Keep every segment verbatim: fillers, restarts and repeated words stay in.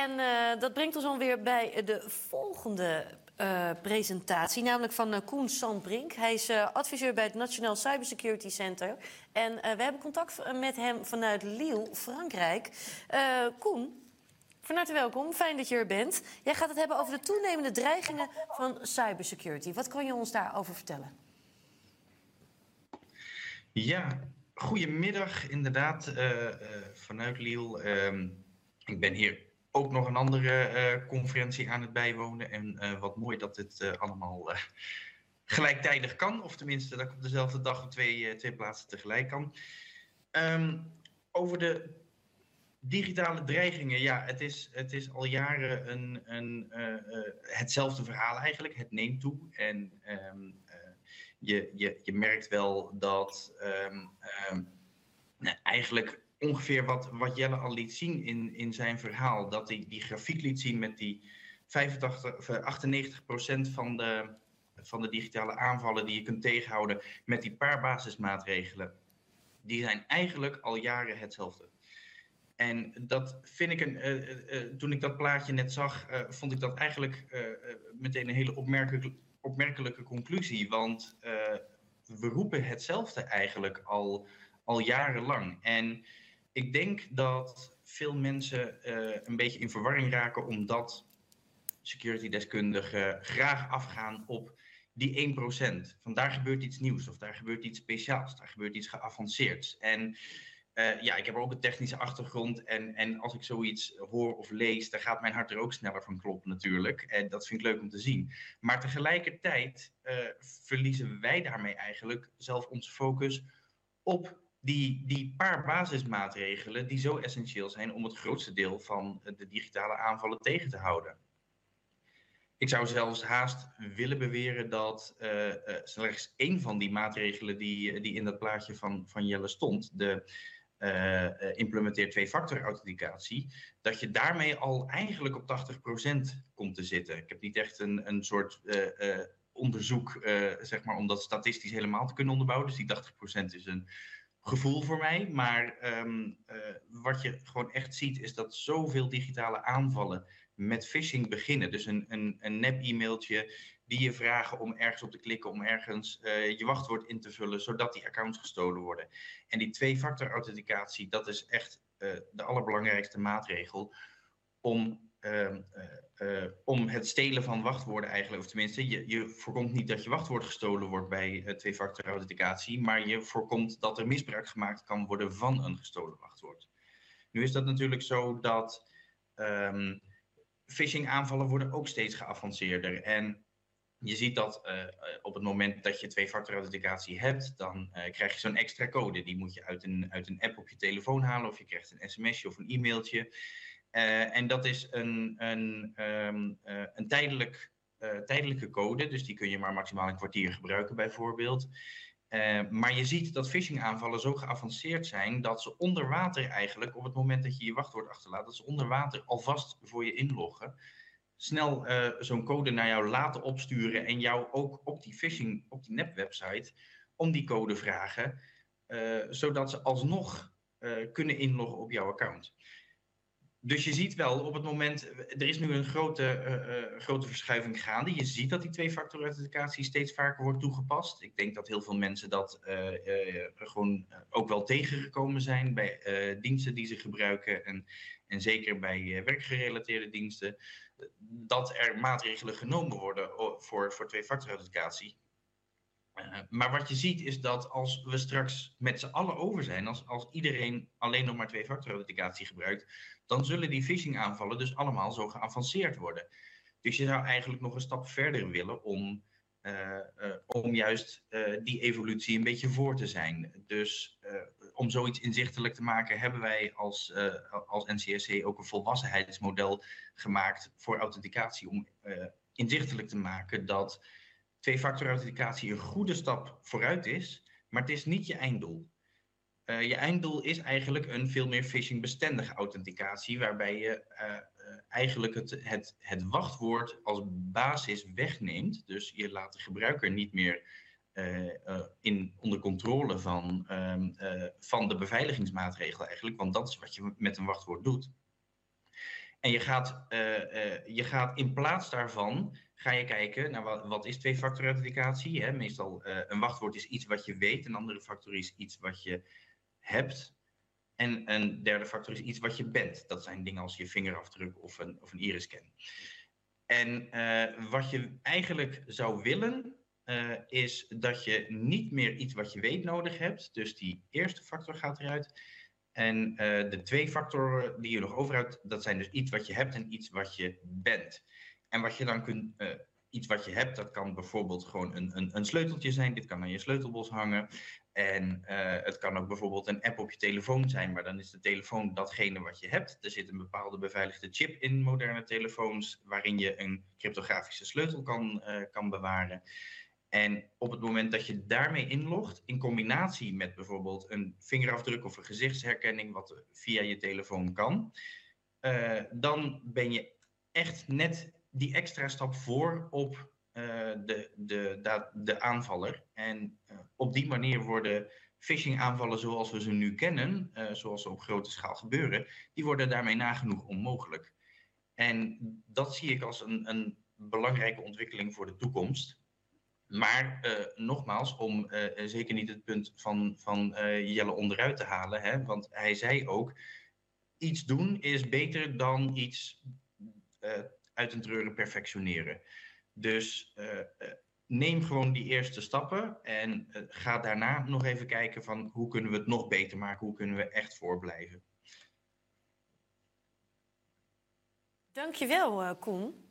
En uh, dat brengt ons alweer bij de volgende uh, presentatie, namelijk van uh, Koen Sandbrink. Hij is uh, adviseur bij het Nationaal Cybersecurity Center. En uh, we hebben contact met hem vanuit Lille, Frankrijk. Uh, Koen, van harte welkom. Fijn dat je er bent. Jij gaat het hebben over de toenemende dreigingen van cybersecurity. Wat kan je ons daarover vertellen? Ja, goedemiddag inderdaad, uh, uh, vanuit Lille. Uh, ik ben hier ook nog een andere uh, conferentie aan het bijwonen. En uh, wat mooi dat dit uh, allemaal uh, gelijktijdig kan. Of tenminste dat ik op dezelfde dag op twee, uh, twee plaatsen tegelijk kan. Um, over de digitale dreigingen. Ja, het is, het is al jaren een, een, uh, uh, hetzelfde verhaal eigenlijk. Het neemt toe. En um, uh, je, je, je merkt wel dat um, um, nou, eigenlijk ongeveer wat, wat Jelle al liet zien in, in zijn verhaal. Dat hij die grafiek liet zien met die vijfentachtig, of achtennegentig procent van de, van de digitale aanvallen die je kunt tegenhouden met die paar basismaatregelen. Die zijn eigenlijk al jaren hetzelfde. En dat vind ik, een, uh, uh, toen ik dat plaatje net zag, uh, vond ik dat eigenlijk uh, uh, meteen een hele opmerkelijke, opmerkelijke conclusie. Want uh, we roepen hetzelfde eigenlijk al, al jarenlang. En ik denk dat veel mensen uh, een beetje in verwarring raken omdat security-deskundigen graag afgaan op die één procent. Van daar gebeurt iets nieuws of daar gebeurt iets speciaals, daar gebeurt iets geavanceerds. En Uh, ja, ik heb ook een technische achtergrond en, en als ik zoiets hoor of lees, dan gaat mijn hart er ook sneller van kloppen natuurlijk. En dat vind ik leuk om te zien. Maar tegelijkertijd uh, verliezen wij daarmee eigenlijk zelf onze focus op die, die paar basismaatregelen die zo essentieel zijn om het grootste deel van de digitale aanvallen tegen te houden. Ik zou zelfs haast willen beweren dat uh, uh, slechts één van die maatregelen die, die in dat plaatje van, van Jelle stond, de Uh, uh, implementeer twee-factor authenticatie, dat je daarmee al eigenlijk op tachtig procent komt te zitten. Ik heb niet echt een, een soort uh, uh, onderzoek, uh, zeg maar, om dat statistisch helemaal te kunnen onderbouwen. Dus die tachtig procent is een gevoel voor mij. Maar um, uh, wat je gewoon echt ziet, is dat zoveel digitale aanvallen met phishing beginnen. Dus een, een, een nep-e-mailtje die je vragen om ergens op te klikken, om ergens uh, je wachtwoord in te vullen, zodat die accounts gestolen worden. En die twee-factor authenticatie, dat is echt uh, de allerbelangrijkste maatregel om, uh, uh, uh, om het stelen van wachtwoorden eigenlijk, of tenminste, je, je voorkomt niet dat je wachtwoord gestolen wordt bij uh, twee-factor authenticatie, maar je voorkomt dat er misbruik gemaakt kan worden van een gestolen wachtwoord. Nu is dat natuurlijk zo dat um, phishing aanvallen worden ook steeds geavanceerder en je ziet dat uh, op het moment dat je twee-factor authenticatie hebt, dan uh, krijg je zo'n extra code. Die moet je uit een, uit een app op je telefoon halen of je krijgt een sms'je of een e-mailtje. Uh, en dat is een, een, um, uh, een tijdelijk, uh, tijdelijke code, dus die kun je maar maximaal een kwartier gebruiken bijvoorbeeld. Uh, maar je ziet dat phishing aanvallen zo geavanceerd zijn dat ze onder water eigenlijk, op het moment dat je je wachtwoord achterlaat, dat ze onder water alvast voor je inloggen. Snel uh, zo'n code naar jou laten opsturen en jou ook op die phishing, op die nep-website, om die code vragen, uh, zodat ze alsnog uh, kunnen inloggen op jouw account. Dus je ziet wel op het moment, er is nu een grote, uh, uh, grote verschuiving gaande. Je ziet dat die twee-factor authenticatie steeds vaker wordt toegepast. Ik denk dat heel veel mensen dat uh, uh, gewoon ook wel tegengekomen zijn bij uh, diensten die ze gebruiken en, en zeker bij uh, werkgerelateerde diensten. Dat er maatregelen genomen worden voor, voor twee-factor authenticatie. Uh, maar wat je ziet is dat als we straks met z'n allen over zijn, als, als iedereen alleen nog maar twee-factor authenticatie gebruikt, dan zullen die phishing aanvallen dus allemaal zo geavanceerd worden. Dus je zou eigenlijk nog een stap verder willen om, uh, uh, om juist uh, die evolutie een beetje voor te zijn. Dus uh, om zoiets inzichtelijk te maken hebben wij als, uh, als N C S C ook een volwassenheidsmodel gemaakt voor authenticatie. Om uh, inzichtelijk te maken dat twee-factor authenticatie een goede stap vooruit is, maar het is niet je einddoel. Uh, je einddoel is eigenlijk een veel meer phishing-bestendige authenticatie, waarbij je uh, uh, eigenlijk het, het, het wachtwoord als basis wegneemt. Dus je laat de gebruiker niet meer uh, uh, in, onder controle van, um, uh, van de beveiligingsmaatregelen eigenlijk, want dat is wat je met een wachtwoord doet. En je gaat, uh, uh, je gaat in plaats daarvan, ga je kijken, nou, wat, wat is twee-factor authenticatie? Hè? Meestal, uh, een wachtwoord is iets wat je weet, een andere factor is iets wat je hebt. En een derde factor is iets wat je bent. Dat zijn dingen als je vingerafdruk of een, of een iris-scan. En uh, wat je eigenlijk zou willen, uh, is dat je niet meer iets wat je weet nodig hebt. Dus die eerste factor gaat eruit. En uh, de twee factoren die je nog overhoudt, dat zijn dus iets wat je hebt en iets wat je bent. En wat je dan kunt, uh, iets wat je hebt, dat kan bijvoorbeeld gewoon een, een, een sleuteltje zijn. Dit kan aan je sleutelbos hangen. En uh, het kan ook bijvoorbeeld een app op je telefoon zijn, maar dan is de telefoon datgene wat je hebt. Er zit een bepaalde beveiligde chip in moderne telefoons, waarin je een cryptografische sleutel kan, uh, kan bewaren. En op het moment dat je daarmee inlogt, in combinatie met bijvoorbeeld een vingerafdruk of een gezichtsherkenning, wat via je telefoon kan, uh, dan ben je echt net die extra stap voor op uh, de, de, de, de aanvaller. En uh, op die manier worden phishing aanvallen zoals we ze nu kennen, uh, zoals ze op grote schaal gebeuren, die worden daarmee nagenoeg onmogelijk. En dat zie ik als een, een belangrijke ontwikkeling voor de toekomst. Maar uh, nogmaals, om uh, zeker niet het punt van, van uh, Jelle onderuit te halen, hè, want hij zei ook, iets doen is beter dan iets uh, uit een treuren perfectioneren. Dus uh, uh, neem gewoon die eerste stappen en uh, ga daarna nog even kijken van hoe kunnen we het nog beter maken, hoe kunnen we echt voorblijven. Dankjewel, uh, Koen.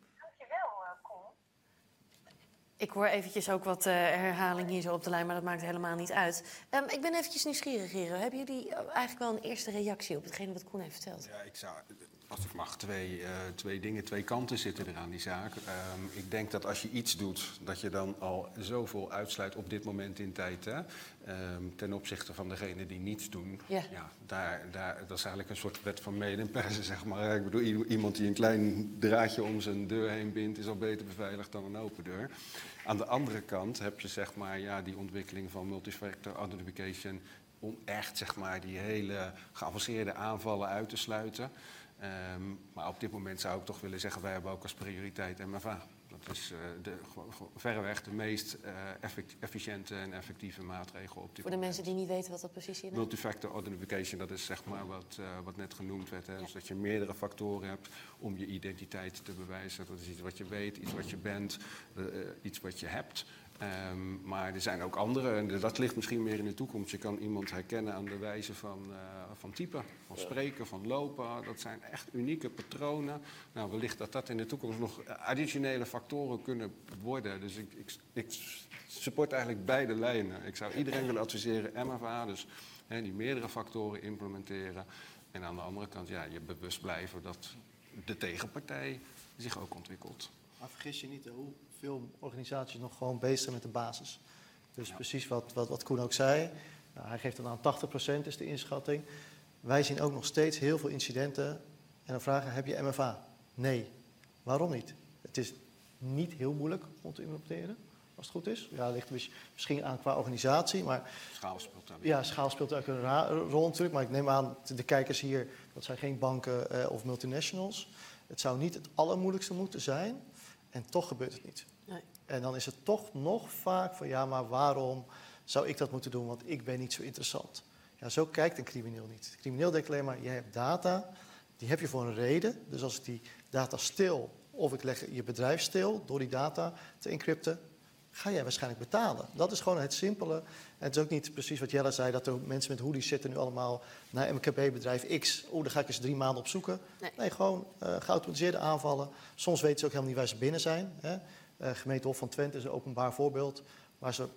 Ik hoor eventjes ook wat uh, herhaling hier zo op de lijn, maar dat maakt helemaal niet uit. Um, ik ben eventjes nieuwsgierig, Gero. Hebben jullie eigenlijk wel een eerste reactie op hetgene wat Koen heeft verteld? Ja, ik zou, als ik mag, twee, uh, twee dingen, twee kanten zitten er aan die zaak. Um, ik denk dat als je iets doet, dat je dan al zoveel uitsluit op dit moment in tijd. Hè? Um, ten opzichte van degenen die niets doen. Ja. Ja, daar, daar, dat is eigenlijk een soort wet van mede en persen, zeg maar. Ik bedoel, iemand die een klein draadje om zijn deur heen bindt, is al beter beveiligd dan een open deur. Aan de andere kant heb je zeg maar, ja, die ontwikkeling van multifactor authentication om echt zeg maar, die hele geavanceerde aanvallen uit te sluiten. Um, maar op dit moment zou ik toch willen zeggen, wij hebben ook als prioriteit M F A. Dat is uh, de, verreweg de meest uh, effect, efficiënte en effectieve maatregel op dit moment. Voor de mensen die niet weten wat dat precies is. Multifactor authentication, dat is zeg maar wat, uh, wat net genoemd werd. Hè? Ja. Dus dat je meerdere factoren hebt om je identiteit te bewijzen. Dat is iets wat je weet, iets wat je bent, uh, iets wat je hebt. Um, maar er zijn ook andere, en dat ligt misschien meer in de toekomst. Je kan iemand herkennen aan de wijze van, uh, van typen, van spreken, van lopen. Dat zijn echt unieke patronen. Nou, wellicht dat dat in de toekomst nog additionele factoren kunnen worden. Dus ik, ik, ik support eigenlijk beide lijnen. Ik zou iedereen willen adviseren M F A, dus hè, die meerdere factoren implementeren. En aan de andere kant, ja, je bewust blijven dat de tegenpartij zich ook ontwikkelt. Maar vergis je niet hoe veel organisaties nog gewoon bezig zijn met de basis. Dus ja. precies wat, wat, wat Koen ook zei. Nou, hij geeft dan aan tachtig procent is de inschatting. Wij zien ook nog steeds heel veel incidenten. En dan vragen, heb je M F A? Nee. Waarom niet? Het is niet heel moeilijk om te implementeren, als het goed is. Ja, dat ligt misschien aan qua organisatie. Maar schaal speelt daar. Ja, schaal speelt ook een ra- rol natuurlijk. Maar ik neem aan, de kijkers hier, dat zijn geen banken uh, of multinationals. Het zou niet het allermoeilijkste moeten zijn. En toch gebeurt het niet. Nee. En dan is het toch nog vaak van, ja, maar waarom zou ik dat moeten doen? Want ik ben niet zo interessant. Ja, zo kijkt een crimineel niet. De crimineel denkt alleen maar, je hebt data, die heb je voor een reden. Dus als ik die data stil, of ik leg je bedrijf stil door die data te encrypten, ga jij waarschijnlijk betalen. Dat is gewoon het simpele. En het is ook niet precies wat Jelle zei, dat er mensen met hoodies zitten nu allemaal naar M K B-bedrijf X. Oeh, daar ga ik eens drie maanden op zoeken. Nee, nee gewoon uh, geautomatiseerde aanvallen. Soms weten ze ook helemaal niet waar ze binnen zijn. Hè. Uh, gemeente Hof van Twente is een openbaar voorbeeld. Waar ze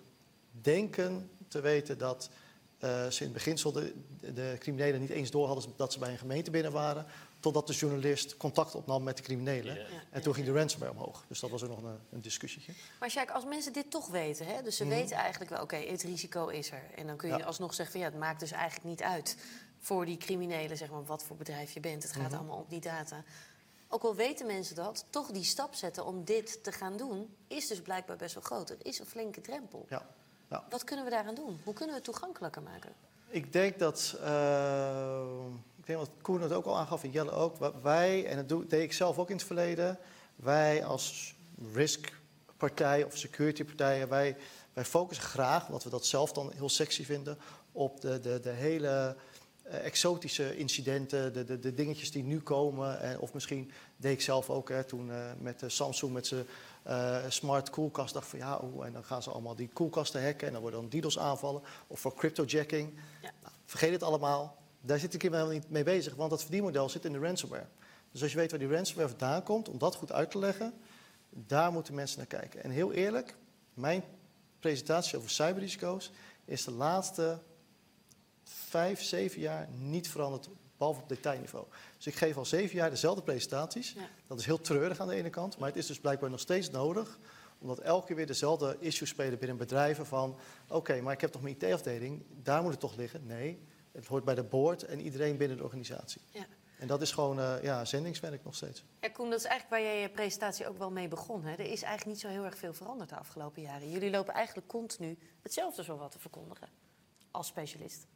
denken te weten dat uh, ze in het beginsel de, de criminelen niet eens door hadden dat ze bij een gemeente binnen waren. Totdat de journalist contact opnam met de criminelen. Ja, ja, en toen ging de ransomware omhoog. Dus dat was ook nog een, een discussietje. Maar Sjaak, als mensen dit toch weten, hè, dus ze mm-hmm. weten eigenlijk wel, oké, okay, het risico is er. En dan kun je ja. alsnog zeggen, van, ja, het maakt dus eigenlijk niet uit voor die criminelen, zeg maar, wat voor bedrijf je bent. Het gaat mm-hmm. allemaal op die data. Ook al weten mensen dat, toch die stap zetten om dit te gaan doen, is dus blijkbaar best wel groot. Er is een flinke drempel. Ja. Ja. Wat kunnen we daaraan doen? Hoe kunnen we het toegankelijker maken? Ik denk dat, uh, ik denk dat Koen het ook al aangaf en Jelle ook. Wij, en dat doe, deed ik zelf ook in het verleden, wij als riskpartij of securitypartijen, wij, wij focussen graag, omdat we dat zelf dan heel sexy vinden, op de, de, de hele uh, exotische incidenten, de, de, de dingetjes die nu komen. En, of misschien deed ik zelf ook hè, toen uh, met uh, Samsung met zijn uh, smart koelkast. Dacht van ja, oh, en dan gaan ze allemaal die koelkasten hacken en dan worden dan DDoS aanvallen. Of voor cryptojacking. Ja. Nou, vergeet het allemaal. Daar zit ik helemaal niet mee bezig, want dat verdienmodel zit in de ransomware. Dus als je weet waar die ransomware vandaan komt, om dat goed uit te leggen, daar moeten mensen naar kijken. En heel eerlijk, mijn presentatie over cyberrisico's is de laatste vijf, zeven jaar niet veranderd, behalve op detailniveau. Dus ik geef al zeven jaar dezelfde presentaties. Ja. Dat is heel treurig aan de ene kant, maar het is dus blijkbaar nog steeds nodig, omdat elke keer weer dezelfde issues spelen binnen bedrijven van, oké, okay, maar ik heb toch mijn I T-afdeling, daar moet het toch liggen? Nee, het hoort bij de board en iedereen binnen de organisatie. Ja. En dat is gewoon uh, ja, zendingswerk nog steeds. Ja, Koen, dat is eigenlijk waar jij je presentatie ook wel mee begon. Hè? Er is eigenlijk niet zo heel erg veel veranderd de afgelopen jaren. Jullie lopen eigenlijk continu hetzelfde zo wat te verkondigen als specialist.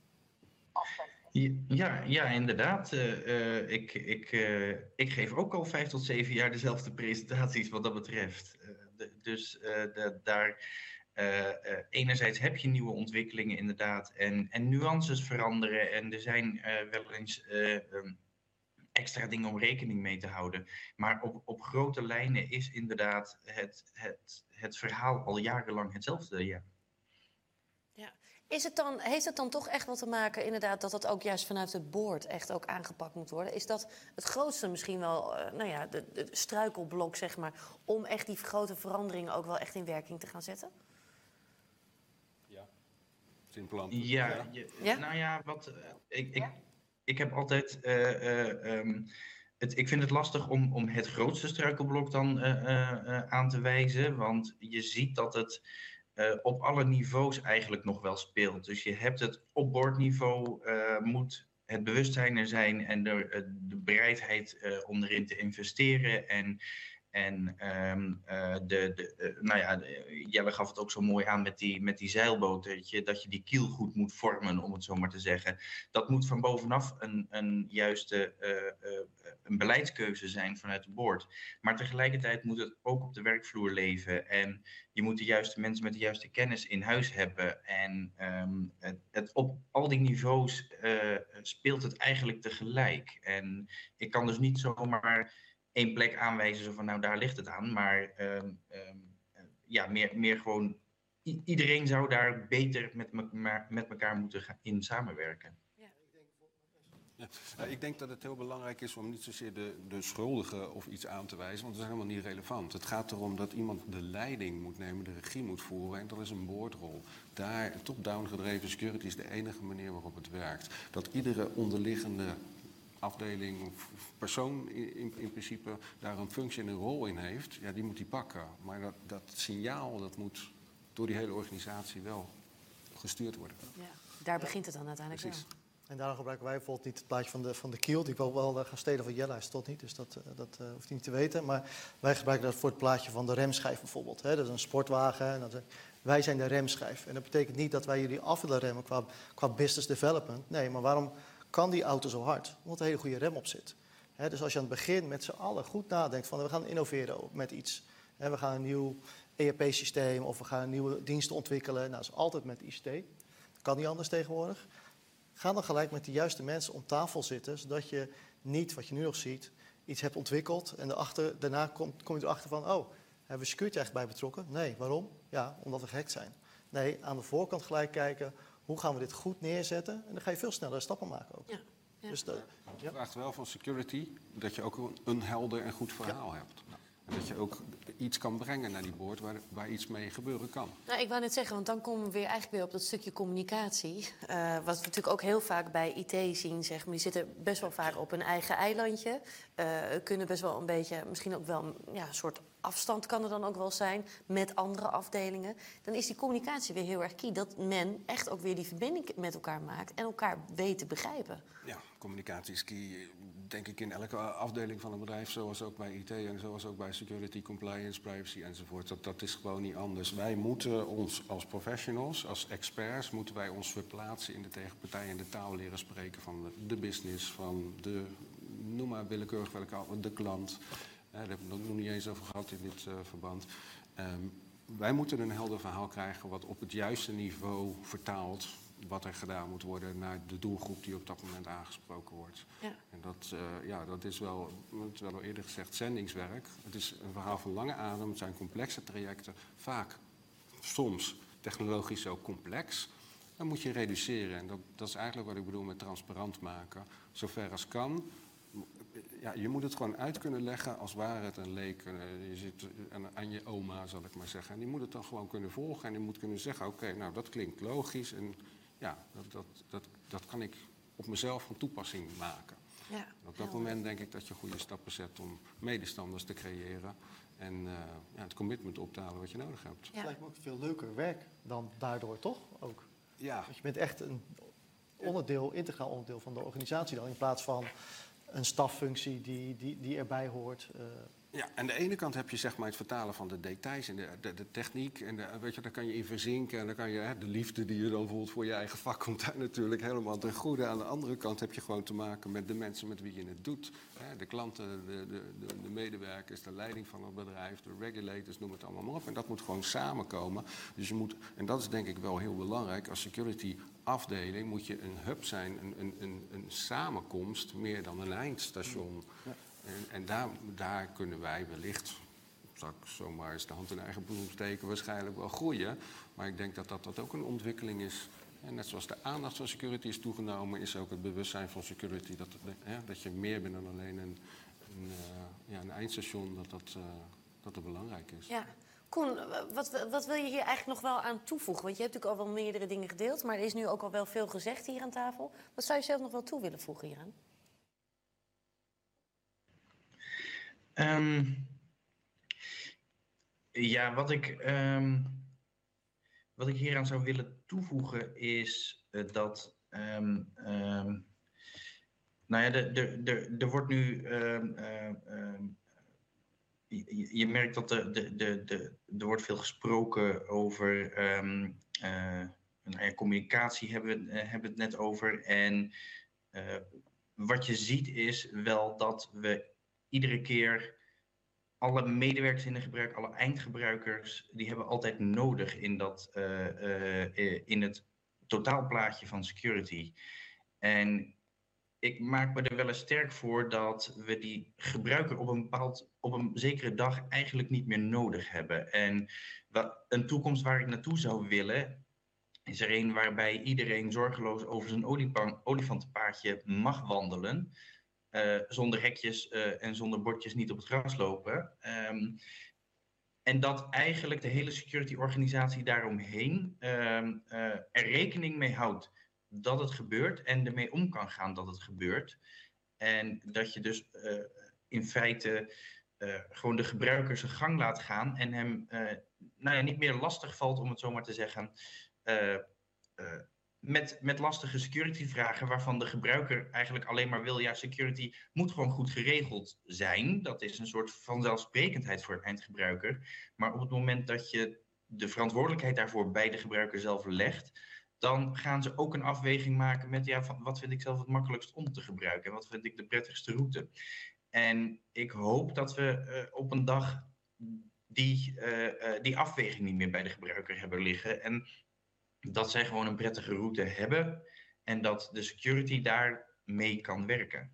Ja, ja, inderdaad. Uh, uh, ik, ik, uh, ik geef ook al vijf tot zeven jaar dezelfde presentaties wat dat betreft. Uh, de, dus uh, de, daar... Uh, uh, enerzijds heb je nieuwe ontwikkelingen inderdaad en, en nuances veranderen en er zijn uh, wel eens uh, um, extra dingen om rekening mee te houden. Maar op, op grote lijnen is inderdaad het, het, het verhaal al jarenlang hetzelfde. Ja. Ja. Is het dan, heeft het dan toch echt wat te maken inderdaad dat dat ook juist vanuit het board echt ook aangepakt moet worden? Is dat het grootste misschien wel, uh, nou ja, de, de struikelblok zeg maar, om echt die grote veranderingen ook wel echt in werking te gaan zetten? Simpel ja, je, ja, nou ja, wat, uh, ik, ik, ik heb altijd, uh, uh, um, het, ik vind het lastig om, om het grootste struikelblok dan uh, uh, aan te wijzen, want je ziet dat het uh, op alle niveaus eigenlijk nog wel speelt. Dus je hebt het op boardniveau, uh, moet het bewustzijn er zijn en de, de bereidheid uh, om erin te investeren en En um, uh, de, de, uh, nou ja, de, Jelle gaf het ook zo mooi aan met die, met die zeilboot, dat je, dat je die kiel goed moet vormen, om het zo maar te zeggen. Dat moet van bovenaf een, een juiste uh, uh, een beleidskeuze zijn vanuit het board. Maar tegelijkertijd moet het ook op de werkvloer leven. En je moet de juiste mensen met de juiste kennis in huis hebben. En um, het, het, op al die niveaus uh, speelt het eigenlijk tegelijk. En ik kan dus niet zomaar één plek aanwijzen, zo van nou daar ligt het aan, maar um, um, ja, meer, meer gewoon, i- iedereen zou daar beter met, me- met elkaar moeten gaan in samenwerken. Ja. Ja, ik denk dat het heel belangrijk is om niet zozeer de, de schuldigen of iets aan te wijzen, want dat is helemaal niet relevant. Het gaat erom dat iemand de leiding moet nemen, de regie moet voeren en dat is een boardrol. Daar, top-down gedreven security is de enige manier waarop het werkt. Dat iedere onderliggende afdeling of persoon in, in principe daar een functie en een rol in heeft, ja, die moet die pakken. Maar dat, dat signaal, dat moet door die hele organisatie wel gestuurd worden. Ja, daar begint het dan uiteindelijk. Precies. Wel. En daarom gebruiken wij bijvoorbeeld niet het plaatje van de, van de kiel. Die ik wil wel uh, gaan stelen van Jelle, hij stond niet, dus dat, uh, dat uh, hoeft hij niet te weten. Maar wij gebruiken dat voor het plaatje van de remschijf bijvoorbeeld. Hè. Dat is een sportwagen. En dat is, wij zijn de remschijf. En dat betekent niet dat wij jullie af willen remmen qua, qua business development. Nee, maar waarom kan die auto zo hard? Omdat er een hele goede rem op zit. He, dus als je aan het begin met z'n allen goed nadenkt van we gaan innoveren met iets. He, we gaan een nieuw E R P-systeem of we gaan een nieuwe dienst ontwikkelen. Nou, dat is altijd met I C T. Dat kan niet anders tegenwoordig. Ga dan gelijk met de juiste mensen om tafel zitten, zodat je niet, wat je nu nog ziet, iets hebt ontwikkeld en daarachter, daarna kom, kom je erachter van, oh, hebben we security eigenlijk bij betrokken? Nee, waarom? Ja, omdat we gehackt zijn. Nee, aan de voorkant gelijk kijken, hoe gaan we dit goed neerzetten? En dan ga je veel sneller stappen maken ook. Ja. Ja. Dus de, Het ja. vraagt wel van security dat je ook een, een helder en goed verhaal ja. hebt. En dat je ook iets kan brengen naar die board waar, waar iets mee gebeuren kan. Nou, ik wou net zeggen, want dan komen we weer eigenlijk weer op dat stukje communicatie. Uh, wat we natuurlijk ook heel vaak bij I T zien, zeg maar. Die zitten best wel vaak op een eigen eilandje. Uh, kunnen best wel een beetje, misschien ook wel ja, een soort afstand kan er dan ook wel zijn met andere afdelingen. Dan is die communicatie weer heel erg key. Dat men echt ook weer die verbinding met elkaar maakt en elkaar weet te begrijpen. Ja, communicatie is key, denk ik, in elke afdeling van een bedrijf, zoals ook bij I T en zoals ook bij security, compliance, privacy enzovoort. Dat, dat is gewoon niet anders. Wij moeten ons als professionals, als experts, moeten wij ons verplaatsen in de tegenpartij en de taal leren spreken van de, de business, van de, noem maar willekeurig welke, de klant. Daar hebben we het nog niet eens over gehad in dit uh, verband. Um, wij moeten een helder verhaal krijgen wat op het juiste niveau vertaalt wat er gedaan moet worden naar de doelgroep die op dat moment aangesproken wordt. Ja. En dat, uh, ja, dat is wel, het wel al eerder gezegd, zendingswerk. Het is een verhaal van lange adem, het zijn complexe trajecten, vaak soms technologisch zo complex. Dan moet je reduceren en dat, dat is eigenlijk wat ik bedoel met transparant maken. Zover als kan. Ja, je moet het gewoon uit kunnen leggen als ware het een leek. Je zit aan je oma, zal ik maar zeggen. En die moet het dan gewoon kunnen volgen en die moet kunnen zeggen, oké, okay, nou dat klinkt logisch. En ja, dat, dat, dat, dat kan ik op mezelf van toepassing maken. Ja, op dat moment denk ik dat je goede stappen zet om medestanders te creëren. En uh, ja, het commitment op te halen wat je nodig hebt. Ja. Het lijkt me ook veel leuker werk dan daardoor, toch? Ook. Ja. Want je bent echt een onderdeel, integraal onderdeel van de organisatie dan, in plaats van een staffunctie die, die, die erbij hoort. Uh. Ja, aan de ene kant heb je zeg maar het vertalen van de details en de, de, de techniek. En de, weet je, daar kan je in verzinken. En dan kan je hè, de liefde die je dan voelt voor je eigen vak komt daar natuurlijk helemaal ten goede. Aan de andere kant heb je gewoon te maken met de mensen met wie je het doet. Hè, de klanten, de, de, de, de medewerkers, de leiding van het bedrijf, de regulators, noem het allemaal maar op. En dat moet gewoon samenkomen. Dus je moet, en dat is denk ik wel heel belangrijk, als security afdeling moet je een hub zijn, een, een, een, een samenkomst, meer dan een eindstation. Ja. En, en daar, daar kunnen wij wellicht, zal ik zomaar eens de hand in eigen boezem steken, waarschijnlijk wel groeien. Maar ik denk dat dat, dat ook een ontwikkeling is. En net zoals de aandacht van security is toegenomen, is ook het bewustzijn van security. Dat, hè, dat je meer bent dan alleen een, een, uh, ja, een eindstation, dat dat, uh, dat dat belangrijk is. Ja. Koen, wat, wat wil je hier eigenlijk nog wel aan toevoegen? Want je hebt natuurlijk al wel meerdere dingen gedeeld, maar er is nu ook al wel veel gezegd hier aan tafel. Wat zou je zelf nog wel toe willen voegen hieraan? Um, ja, wat ik, um, wat ik hieraan zou willen toevoegen is uh, dat... Um, um, nou ja, er wordt nu... Um, uh, um, je, je merkt dat de, de, de, de, er wordt veel gesproken over... Um, uh, nou ja, communicatie hebben we, uh, hebben we het net over. En uh, wat je ziet is wel dat we... Iedere keer alle medewerkers in de gebruik, alle eindgebruikers, die hebben altijd nodig in, dat, uh, uh, in het totaalplaatje van security. En ik maak me er wel eens sterk voor dat we die gebruiker op een bepaald, op een zekere dag eigenlijk niet meer nodig hebben. En wat, een toekomst waar ik naartoe zou willen, is er een waarbij iedereen zorgeloos over zijn olifant, olifantenpaadje mag wandelen. Uh, zonder hekjes uh, en zonder bordjes niet op het gras lopen. Um, en dat eigenlijk de hele security-organisatie daaromheen uh, uh, er rekening mee houdt dat het gebeurt en ermee om kan gaan dat het gebeurt. En dat je dus uh, in feite uh, gewoon de gebruiker zijn gang laat gaan en hem uh, nou ja, niet meer lastig valt, om het zo maar te zeggen... Uh, uh, Met, met lastige security-vragen waarvan de gebruiker eigenlijk alleen maar wil... ja, security moet gewoon goed geregeld zijn. Dat is een soort vanzelfsprekendheid voor het eindgebruiker. Maar op het moment dat je de verantwoordelijkheid daarvoor bij de gebruiker zelf legt... dan gaan ze ook een afweging maken met... ja, van, wat vind ik zelf het makkelijkst om te gebruiken? En wat vind ik de prettigste route? En ik hoop dat we uh, op een dag die, uh, uh, die afweging niet meer bij de gebruiker hebben liggen... En dat zij gewoon een prettige route hebben en dat de security daar mee kan werken.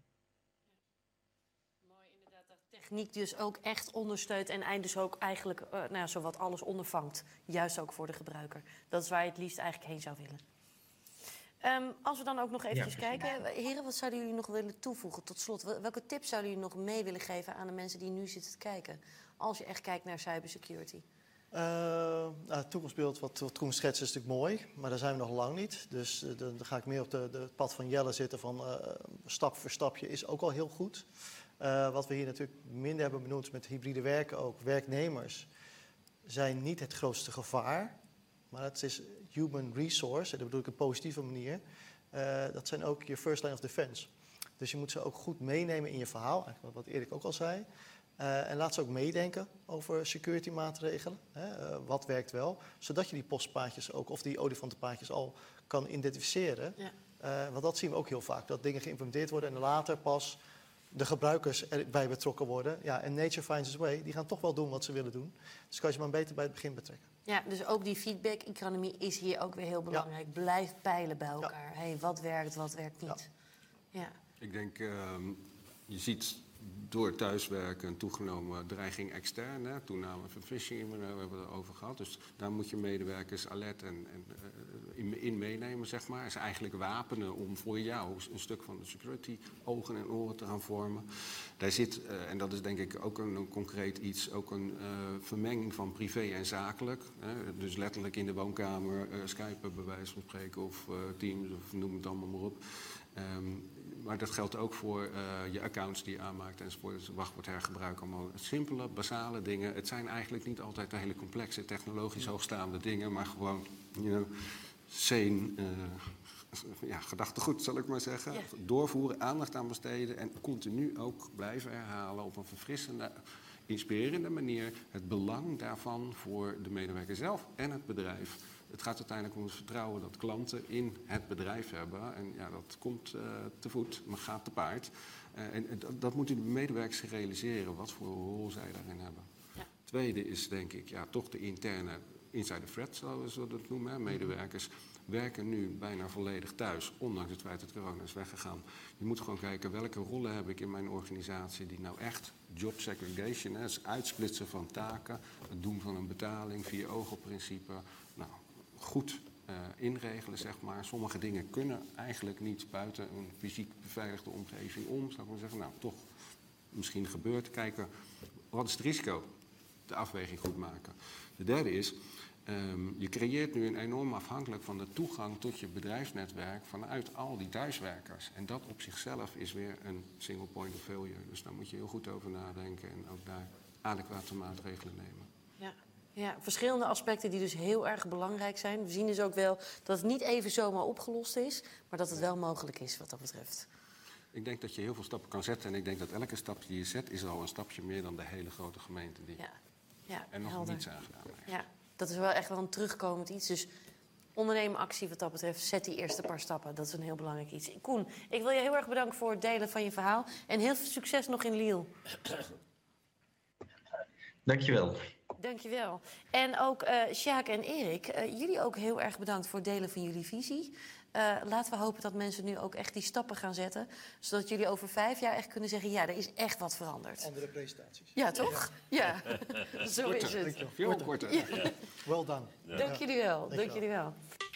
Mooi, inderdaad, dat techniek dus ook echt ondersteunt en eind dus ook eigenlijk uh, nou ja, zowat alles ondervangt. Juist ook voor de gebruiker. Dat is waar je het liefst eigenlijk heen zou willen. Um, als we dan ook nog eventjes ja, kijken. Heren, wat zouden jullie nog willen toevoegen tot slot? Welke tips zouden jullie nog mee willen geven aan de mensen die nu zitten te kijken? Als je echt kijkt naar cybersecurity. Uh, nou, het toekomstbeeld wat, wat Koen schetst is natuurlijk mooi, maar daar zijn we nog lang niet. Dus uh, dan ga ik meer op de, de, het pad van Jelle zitten van uh, stap voor stapje is ook al heel goed. Uh, wat we hier natuurlijk minder hebben benoemd met hybride werken ook. Werknemers zijn niet het grootste gevaar. Maar het is human resource, en dat bedoel ik op een positieve manier. Uh, dat zijn ook je first line of defense. Dus je moet ze ook goed meenemen in je verhaal, eigenlijk wat Erik ook al zei. Uh, en laat ze ook meedenken over security maatregelen. Hè, uh, wat werkt wel, zodat je die postpaadjes ook, of die olifantenpaadjes al kan identificeren. Ja. Uh, want dat zien we ook heel vaak, dat dingen geïmplementeerd worden en later pas de gebruikers erbij betrokken worden. Ja, en nature finds its way, die gaan toch wel doen wat ze willen doen. Dus kan je ze maar beter bij het begin betrekken. Ja, dus ook die feedback-economie is hier ook weer heel belangrijk. Ja. Blijf peilen bij elkaar. Ja. Hey, wat werkt, wat werkt niet. Ja. Ja. Ik denk, uh, je ziet door thuiswerken een toegenomen dreiging extern. Hè, toename van phishing, daar hebben we het over gehad. Dus daar moet je medewerkers alert en, en, uh, in, in meenemen, zeg maar. Het is eigenlijk wapenen om voor jou een stuk van de security ogen en oren te gaan vormen. Daar zit, uh, en dat is denk ik ook een, een concreet iets, ook een uh, vermenging van privé en zakelijk. Hè. Dus letterlijk in de woonkamer uh, skypen bij wijze van spreken of uh, Teams of noem het allemaal maar op. Um, maar dat geldt ook voor uh, je accounts die je aanmaakt enzovoort. Wachtwoord hergebruik, allemaal simpele, basale dingen. Het zijn eigenlijk niet altijd de hele complexe, technologisch hoogstaande dingen, maar gewoon, you know, sane, uh, ja, gedachtegoed zal ik maar zeggen. Yeah. Doorvoeren, aandacht aan besteden en continu ook blijven herhalen op een verfrissende, inspirerende manier het belang daarvan voor de medewerker zelf en het bedrijf. Het gaat uiteindelijk om het vertrouwen dat klanten in het bedrijf hebben. En ja, dat komt uh, te voet, maar gaat te paard. Uh, en dat, dat moeten de medewerkers realiseren, wat voor rol zij daarin hebben. Ja. Tweede is denk ik ja, toch de interne insider threat, zoals we dat noemen. Hè. Medewerkers werken nu bijna volledig thuis, ondanks het feit dat corona is weggegaan. Je moet gewoon kijken welke rollen heb ik in mijn organisatie die nou echt job segregation, hè, het uitsplitsen van taken, het doen van een betaling, vier ogen principe. Nou, goed uh, inregelen, zeg maar. Sommige dingen kunnen eigenlijk niet buiten een fysiek beveiligde omgeving om. Zou ik maar zeggen, nou, toch misschien gebeurt. Kijken, wat is het risico? De afweging goed maken. De derde is, um, je creëert nu een enorm afhankelijk van de toegang tot je bedrijfsnetwerk vanuit al die thuiswerkers. En dat op zichzelf is weer een single point of failure. Dus daar moet je heel goed over nadenken en ook daar adequate maatregelen nemen. Ja. Ja, verschillende aspecten die dus heel erg belangrijk zijn. We zien dus ook wel dat het niet even zomaar opgelost is, maar dat het wel mogelijk is wat dat betreft. Ik denk dat je heel veel stappen kan zetten en ik denk dat elke stap die je zet is al een stapje meer dan de hele grote gemeente die ja. Ja, en nog helder. niets aangedaan heeft. Ja, dat is wel echt wel een terugkomend iets. Dus ondernemen actie wat dat betreft, zet die eerste paar stappen. Dat is een heel belangrijk iets. Koen, ik wil je heel erg bedanken voor het delen van je verhaal en heel veel succes nog in Lille. Dankjewel. Dankjewel. En ook uh, Sjaak en Erik, uh, jullie ook heel erg bedankt voor het delen van jullie visie. Uh, laten we hopen dat mensen nu ook echt die stappen gaan zetten. Zodat jullie over vijf jaar echt kunnen zeggen, ja, er is echt wat veranderd. Andere presentaties. Ja, toch? Ja, ja. Zo is het. Veel korter. Ja. Well done. Dank jullie wel. Dank jullie wel.